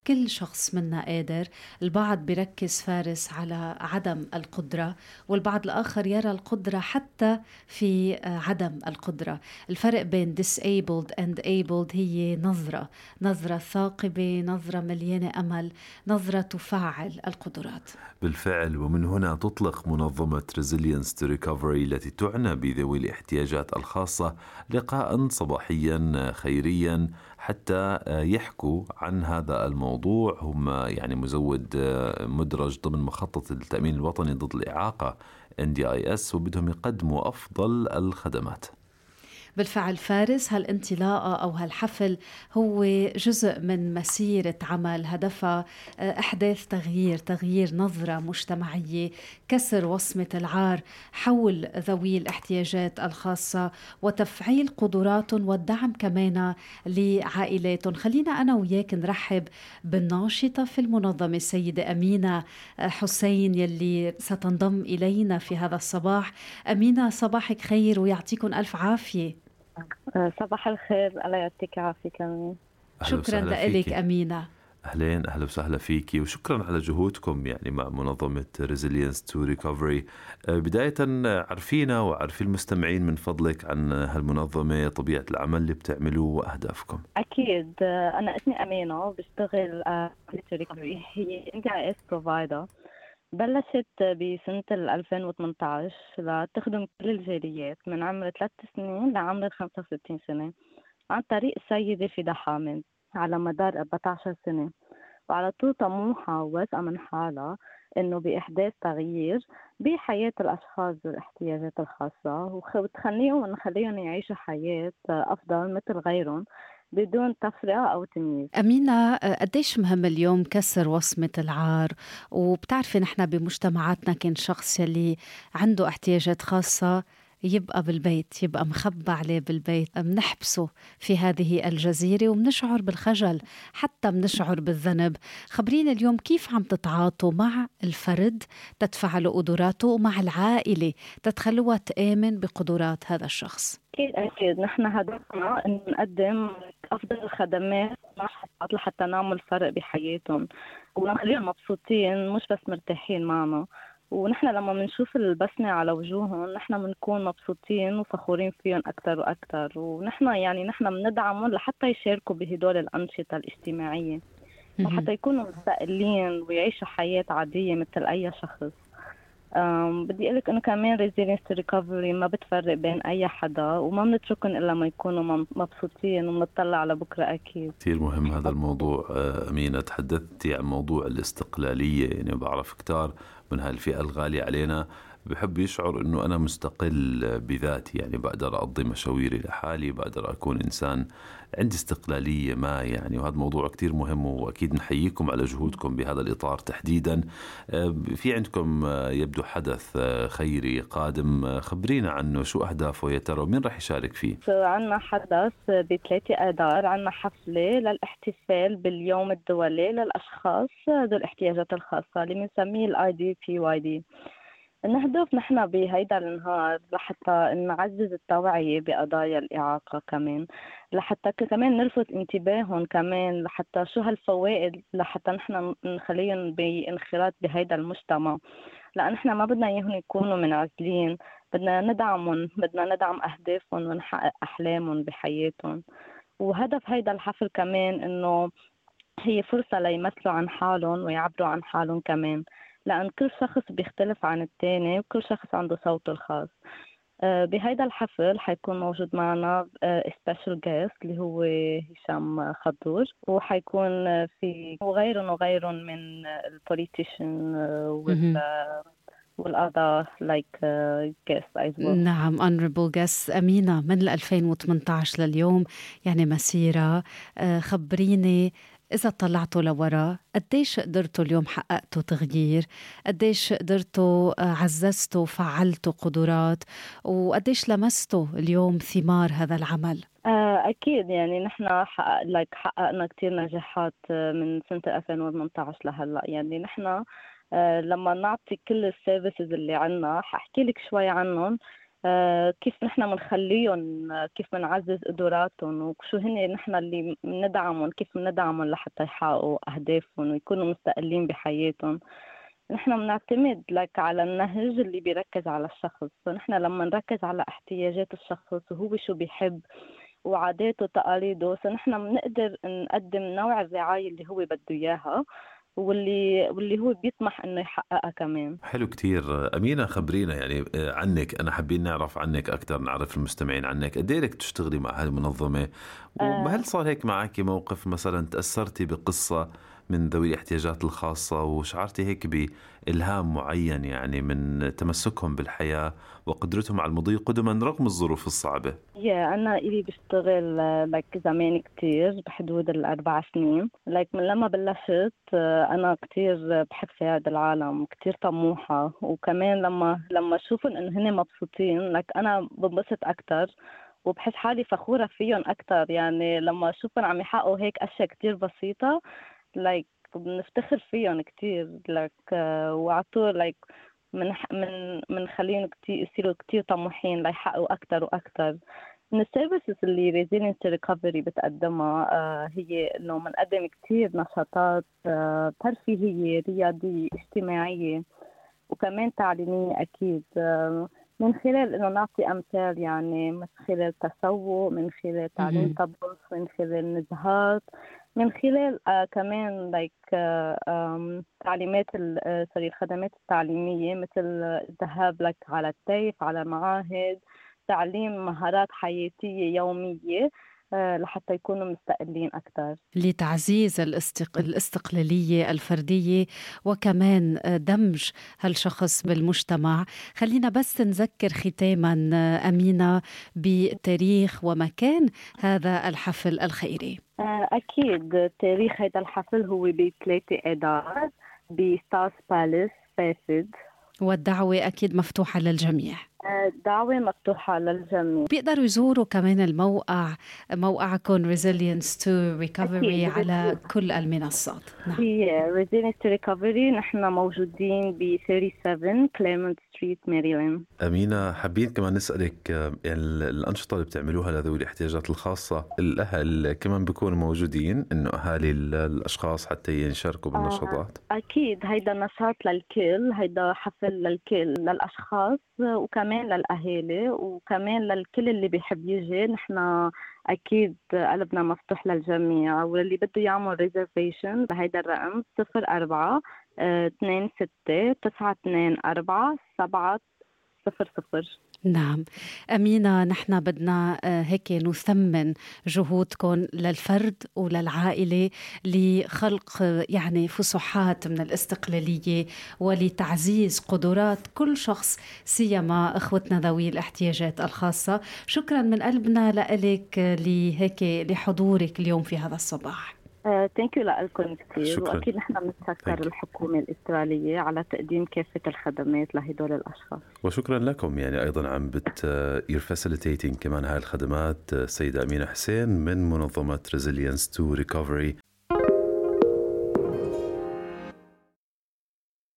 كل شخص منا قادر. البعض بيركز فارس على عدم القدرة، والبعض الآخر يرى القدرة حتى في عدم القدرة. الفرق بين disabled and able هي نظرة ثاقبة، نظرة مليانة أمل، نظرة تفعل القدرات. بالفعل، ومن هنا تطلق منظمة Resilience to Recovery التي تعنى بذوي الاحتياجات الخاصة لقاء صباحيا خيريا حتى يحكوا عن هذا الموضوع. هم يعني مزود مدرج ضمن مخطط التأمين الوطني ضد الإعاقة NDIS، وبدهم يقدموا أفضل الخدمات. بالفعل فارس، هالانطلاقة أو هالحفل هو جزء من مسيرة عمل هدفها إحداث تغيير نظرة مجتمعية، كسر وصمة العار حول ذوي الاحتياجات الخاصة، وتفعيل قدراتهم والدعم كمان لعائلاتهم. خلينا أنا وياك نرحب بالناشطة في المنظمة السيدة أمينة حسين يلي ستنضم إلينا في هذا الصباح. أمينة، صباحك خير ويعطيكم ألف عافية. صباح الخير، الله يعطيك عافية كمان. شكرا لك أمينة. أهلا وسهلا فيكي، وشكرا على جهودكم يعني مع منظمة Resilience to Recovery. بداية عرفينا وعرفي المستمعين من فضلك عن هالمنظمة، طبيعة العمل اللي بتعملوه وأهدافكم. أكيد، أنا اسمي أمينة، بشتغل to Recovery، هي NDIS provider. بلشت بسنة 2018 لتخدم كل الجاليات من عمر 3 سنين لعمر 65 سنة عن طريق سيدة فدا حامد على مدار 14 سنة، وعلى طول طموحة وواثقة من حالها إنه بإحداث تغيير بحياة الأشخاص ذو الاحتياجات الخاصة، ونخليهم يعيشوا حياة أفضل مثل غيرهم بدون تفرقة أو تمييز. أمينة، قديش مهم اليوم كسر وصمة العار؟ وبتعرفي نحن بمجتمعاتنا كان شخص يلي عنده احتياجات خاصة يبقى بالبيت، يبقى مخبى عليه بالبيت، منحبسه في هذه الجزيرة ومنشعر بالخجل، حتى منشعر بالذنب. خبرينا اليوم كيف عم تتعاطوا مع الفرد تدفع قدراته، ومع العائلة تتخلوها تآمن بقدرات هذا الشخص؟ أكيد نحن هدفنا إن نقدم أفضل الخدمات لحتى نعمل فرق بحياتهم ونخليهم مبسوطين، مش بس مرتاحين معنا. ونحن لما بنشوف البسمة على وجوههم نحن بنكون مبسوطين وفخورين فيهم أكتر وأكتر. نحن بندعمهم لحتى يشاركوا بهدول الأنشطة الاجتماعية وحتى يكونوا مستقلين ويعيشوا حياة عادية مثل أي شخص. بدي أقولك إنه كمان Resilience to Recovery ما بتفرق بين أي حدا، وما بنتركهم إلا ما يكونوا مبسوطين ومنطلع على بكرة. أكيد كثير مهم هذا الموضوع. أمينة، تحدثتي عن موضوع الاستقلالية، يعني بعرف كتار من هالفئة الغالية علينا بحب يشعر إنه أنا مستقل بذاتي، يعني بقدر أقضي مشاويري لحالي، بقدر أكون إنسان عندي استقلالية ما يعني. وهذا موضوع كتير مهم، وأكيد نحييكم على جهودكم بهذا الإطار تحديدا. في عندكم يبدو حدث خيري قادم، خبرينا عنه، شو أهدافه يا ترى ومين رح يشارك فيه؟ عنا حدث ب3 آذار، عنا حفلة للاحتفال باليوم الدولي للأشخاص ذو الاحتياجات الخاصة اللي بنسميه IDPYD. نهدف نحن بهيدا النهار لحتى نعزز التوعية بقضايا الإعاقة، كمان لحتى كمان نلفت انتباههم كمان لحتى شو هالفوائد، لحتى نحن نخليهم بانخراط بهيدا المجتمع، لأن نحن ما بدنا إياهم يكونوا منعزلين، بدنا ندعمهم، بدنا ندعم أهدافهم ونحقق أحلامهم بحياتهم. وهدف هيدا الحفل كمان إنه هي فرصة ليمثلوا عن حالهم ويعبروا عن حالهم كمان، لأن كل شخص بيختلف عن التاني وكل شخص عنده صوته الخاص. بهيدا الحفل حيكون موجود معنا special guest اللي هو هشام خضور، وحيكون في وغيرهم من البوليتيشن والأذى like guest as well. نعم، honorable guest. أمينة، من 2018 لليوم يعني مسيرة. خبريني إذا طلعتوا لورا قديش قدرتوا اليوم حققتوا تغيير، قديش قدرتوا عززتوا فعلتوا قدرات، وقديش لمستوا اليوم ثمار هذا العمل؟ أكيد، يعني نحن حققنا كتير نجاحات من سنة 2018 لهلأ. يعني نحن لما نعطي كل السيرفيسز اللي عنا، حأحكي لك شوي عنهم. كيف نحن بنخليهم، كيف بنعزز قدراتهم، وشو هن نحن اللي بندعمهم، كيف بندعمهم لحتى يحققوا أهدافهم ويكونوا مستقلين بحياتهم. نحن بنعتمد على النهج اللي بيركز على الشخص. فنحن لما نركز على احتياجات الشخص وهو شو بيحب وعاداته وتقاليده، فنحن بنقدر نقدم نوع الرعاية اللي هو بده إياها واللي هو بيطمح إنه يحققها كمان. حلو كتير. أمينة، خبرينا يعني عنك، أنا حابين نعرف عنك أكتر، نعرف المستمعين عنك. قد إيه لك تشتغلي مع هذه المنظمة؟ وهل صار هيك معك موقف مثلا تأثرتي بقصة من ذوي الاحتياجات الخاصة وشعرتي هيك بإلهام معين يعني من تمسكهم بالحياة وقدرتهم على المضي قدما رغم الظروف الصعبة؟ أنا إلي بشتغل زمان كتير بحدود 4 سنين. من لما بلشت أنا كتير بحب ساعد العالم، كتير طموحة، وكمان لما أشوفهم إنه هن مبسوطين أنا بنبسط أكتر وبحس حالي فخورة فيهم أكتر. يعني لما أشوفهم عم يحققوا هيك أشياء كتير بسيطة بنفتخر فيهم كتير. وعطول من خليهم كتير يصيروا كتير طموحين ليحققوا أكتر وأكتر. من السيرفيسز اللي Resilience Recovery بتقدمها هي إنه بنقدم كتير نشاطات ترفيهية، رياضية، اجتماعية، وكمان تعليمية أكيد، من خلال إنه نعطي أمثال، يعني من خلال تسوق، من خلال تعليم طبخ، من خلال نزهات، من خلال كمان تعليمات الخدمات التعليمية، مثل الذهاب على الطيف، على معاهد، تعليم مهارات حياتية يومية لحتى يكونوا مستقلين أكثر، لتعزيز الاستقلالية الفردية وكمان دمج هالشخص بالمجتمع. خلينا بس نذكر ختاما أمينة بتاريخ ومكان هذا الحفل الخيري. أكيد تاريخ هذا الحفل هو ب3 آذار بستارز بالاس فاسد، والدعوة أكيد مفتوحة للجميع. دعوة مفتوحة للجميع. بيقدروا يزوروا كمان موقعكم Resilience to Recovery على كل المنصات. نعم. هي Resilience to Recovery، نحن موجودين ب 37 كليمنت ستريت ماريلاند. أمينة، حابين كمان نسألك الأنشطة اللي بتعملوها لذوي الاحتياجات الخاصة، الأهل كمان بيكونوا موجودين، إنه أهالي الأشخاص حتى يشاركوا بالنشاطات؟ أكيد هيدا نشاط للكل، هيدا حفل للكل، للأشخاص وكمان للأهالي وكمان للكل اللي بيحب يجي. نحن أكيد قلبنا مفتوح للجميع، واللي بده يعمل ريزرفيشن لهيدا الرقم 04-26-924-700. نعم أمينة، نحن بدنا هيك نثمن جهودكم للفرد وللعائلة لخلق يعني فسحات من الاستقلالية ولتعزيز قدرات كل شخص، سيما إخوتنا ذوي الاحتياجات الخاصة. شكرا من قلبنا لك لحضورك اليوم في هذا الصباح. ثانك يو لكم كثير، واكيد نحن بنتشكر الحكومه الاستراليه على تقديم كافه الخدمات لهدول الاشخاص. وشكرا لكم يعني ايضا عم you're facilitating كمان هاي الخدمات. السيده امينه حسين من منظمه Resilience to Recovery